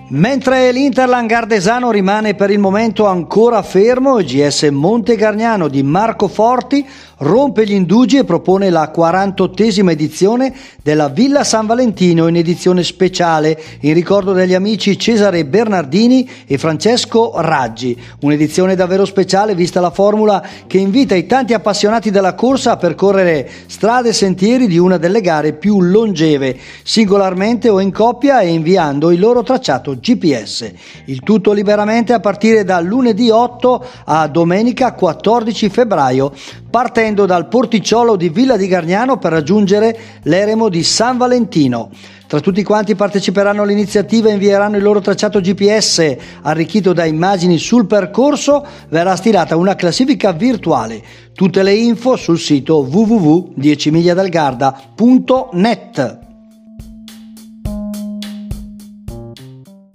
Mentre l'Interland Gardesano rimane per il momento ancora fermo, il GS Montegargnano di Marco Forti rompe gli indugi e propone la 48esima edizione della Villa San Valentino in edizione speciale in ricordo degli amici Cesare Bernardini e Francesco Raggi. Un'edizione davvero speciale vista la formula che invita i tanti appassionati della corsa a percorrere strade e sentieri di una delle gare più longeve, singolarmente o in coppia e inviando il loro tracciato GPS. Il tutto liberamente a partire da lunedì 8 a domenica 14 febbraio, partendo dal porticciolo di Villa di Gargnano per raggiungere l'eremo di San Valentino. Tra tutti quanti parteciperanno all'iniziativa e invieranno il loro tracciato GPS arricchito da immagini sul percorso, verrà stilata una classifica virtuale. Tutte le info sul sito www.10migliadelgarda.net.